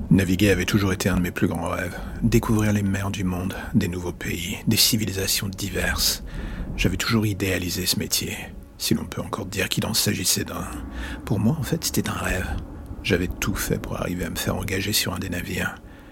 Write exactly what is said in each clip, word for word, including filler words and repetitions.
Naviguer avait toujours été un de mes plus grands rêves. Découvrir les mers du monde, des nouveaux pays, des civilisations diverses. J'avais toujours idéalisé ce métier, si l'on peut encore dire qu'il en s'agissait d'un. Pour moi, en fait, c'était un rêve. J'avais tout fait pour arriver à me faire engager sur un des navires.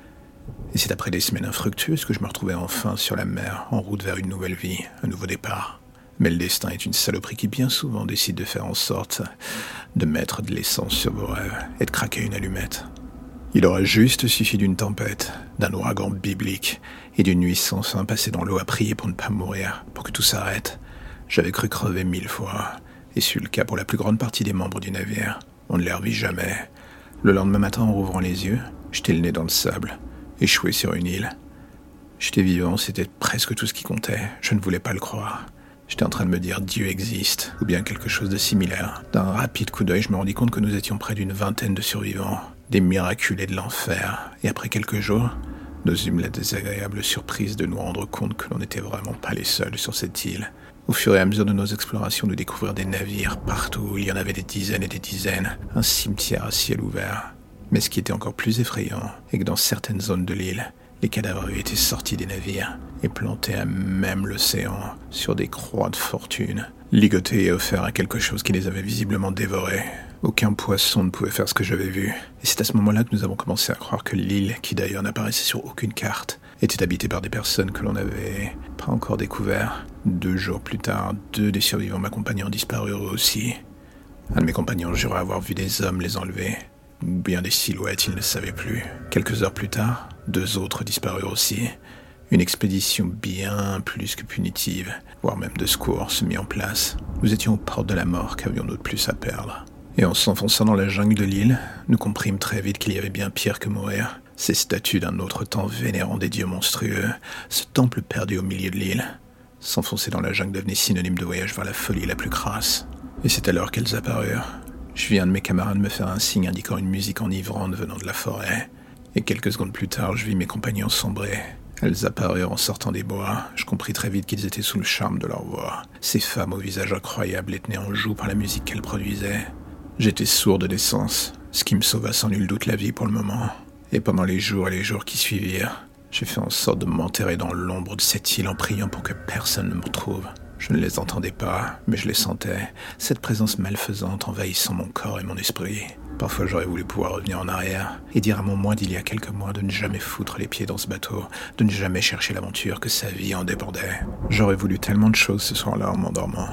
Et c'est après des semaines infructueuses que je me retrouvais enfin sur la mer, en route vers une nouvelle vie, un nouveau départ. Mais le destin est une saloperie qui bien souvent décide de faire en sorte de mettre de l'essence sur vos rêves et de craquer une allumette. Il aurait juste suffi d'une tempête, d'un ouragan biblique et d'une nuit sans fin passée dans l'eau à prier pour ne pas mourir, pour que tout s'arrête. J'avais cru crever mille fois, et ce fut le cas pour la plus grande partie des membres du navire. On ne les revit jamais. Le lendemain matin, en rouvrant les yeux, j'étais le nez dans le sable, échoué sur une île. J'étais vivant, c'était presque tout ce qui comptait. Je ne voulais pas le croire. J'étais en train de me dire « Dieu existe » ou bien quelque chose de similaire. D'un rapide coup d'œil, je me rendis compte que nous étions près d'une vingtaine de survivants, des miraculés de l'enfer. Et après quelques jours, nous eûmes la désagréable surprise de nous rendre compte que l'on n'était vraiment pas les seuls sur cette île. Au fur et à mesure de nos explorations, nous découvrirons des navires partout. Il y en avait des dizaines et des dizaines. Un cimetière à ciel ouvert. Mais ce qui était encore plus effrayant est que dans certaines zones de l'île, les cadavres avaient été sortis des navires et plantés à même l'océan sur des croix de fortune, ligotés et offerts à quelque chose qui les avait visiblement dévorés. Aucun poisson ne pouvait faire ce que j'avais vu. Et c'est à ce moment-là que nous avons commencé à croire que l'île, qui d'ailleurs n'apparaissait sur aucune carte, était habitée par des personnes que l'on n'avait pas encore découvert. Deux jours plus tard, deux des survivants m'accompagnant disparurent eux aussi. Un de mes compagnons jura avoir vu des hommes les enlever. Ou bien des silhouettes, il ne savait plus. Quelques heures plus tard, deux autres disparurent aussi. Une expédition bien plus que punitive, voire même de secours, se mit en place. Nous étions aux portes de la mort, qu'avions-nous de plus à perdre? Et en s'enfonçant dans la jungle de l'île, nous comprîmes très vite qu'il y avait bien pire que mourir. Ces statues d'un autre temps vénérant des dieux monstrueux, ce temple perdu au milieu de l'île. S'enfoncer dans la jungle devenait synonyme de voyage vers la folie la plus crasse. Et c'est alors qu'elles apparurent. Je vis un de mes camarades me faire un signe indiquant une musique enivrante venant de la forêt. Et quelques secondes plus tard, je vis mes compagnons sombrer. Elles apparurent en sortant des bois. Je compris très vite qu'ils étaient sous le charme de leur voix. Ces femmes au visage incroyable les tenaient en joue par la musique qu'elles produisaient. J'étais sourd de décence, ce qui me sauva sans nul doute la vie pour le moment. Et pendant les jours et les jours qui suivirent, j'ai fait en sorte de m'enterrer dans l'ombre de cette île en priant pour que personne ne me retrouve. Je ne les entendais pas, mais je les sentais, cette présence malfaisante envahissant mon corps et mon esprit. Parfois j'aurais voulu pouvoir revenir en arrière et dire à mon moi d'il y a quelques mois de ne jamais foutre les pieds dans ce bateau, de ne jamais chercher l'aventure, que sa vie en dépendait. J'aurais voulu tellement de choses ce soir-là en m'endormant.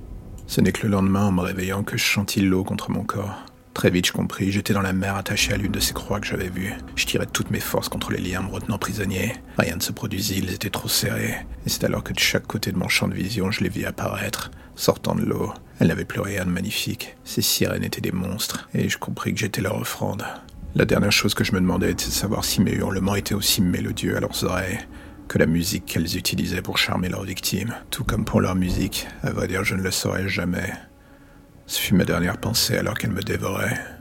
Ce n'est que le lendemain, en me réveillant, que je sentis l'eau contre mon corps. Très vite, je compris, j'étais dans la mer attaché à l'une de ces croix que j'avais vues. Je tirais toutes mes forces contre les liens me retenant prisonnier. Rien ne se produisit, ils étaient trop serrés. Et c'est alors que de chaque côté de mon champ de vision, je les vis apparaître, sortant de l'eau. Elles n'avaient plus rien de magnifique. Ces sirènes étaient des monstres, et je compris que j'étais leur offrande. La dernière chose que je me demandais était de savoir si mes hurlements étaient aussi mélodieux à leurs oreilles que la musique qu'elles utilisaient pour charmer leurs victimes. Tout comme pour leur musique, à vrai dire, je ne le saurais jamais. Ce fut ma dernière pensée alors qu'elle me dévorait.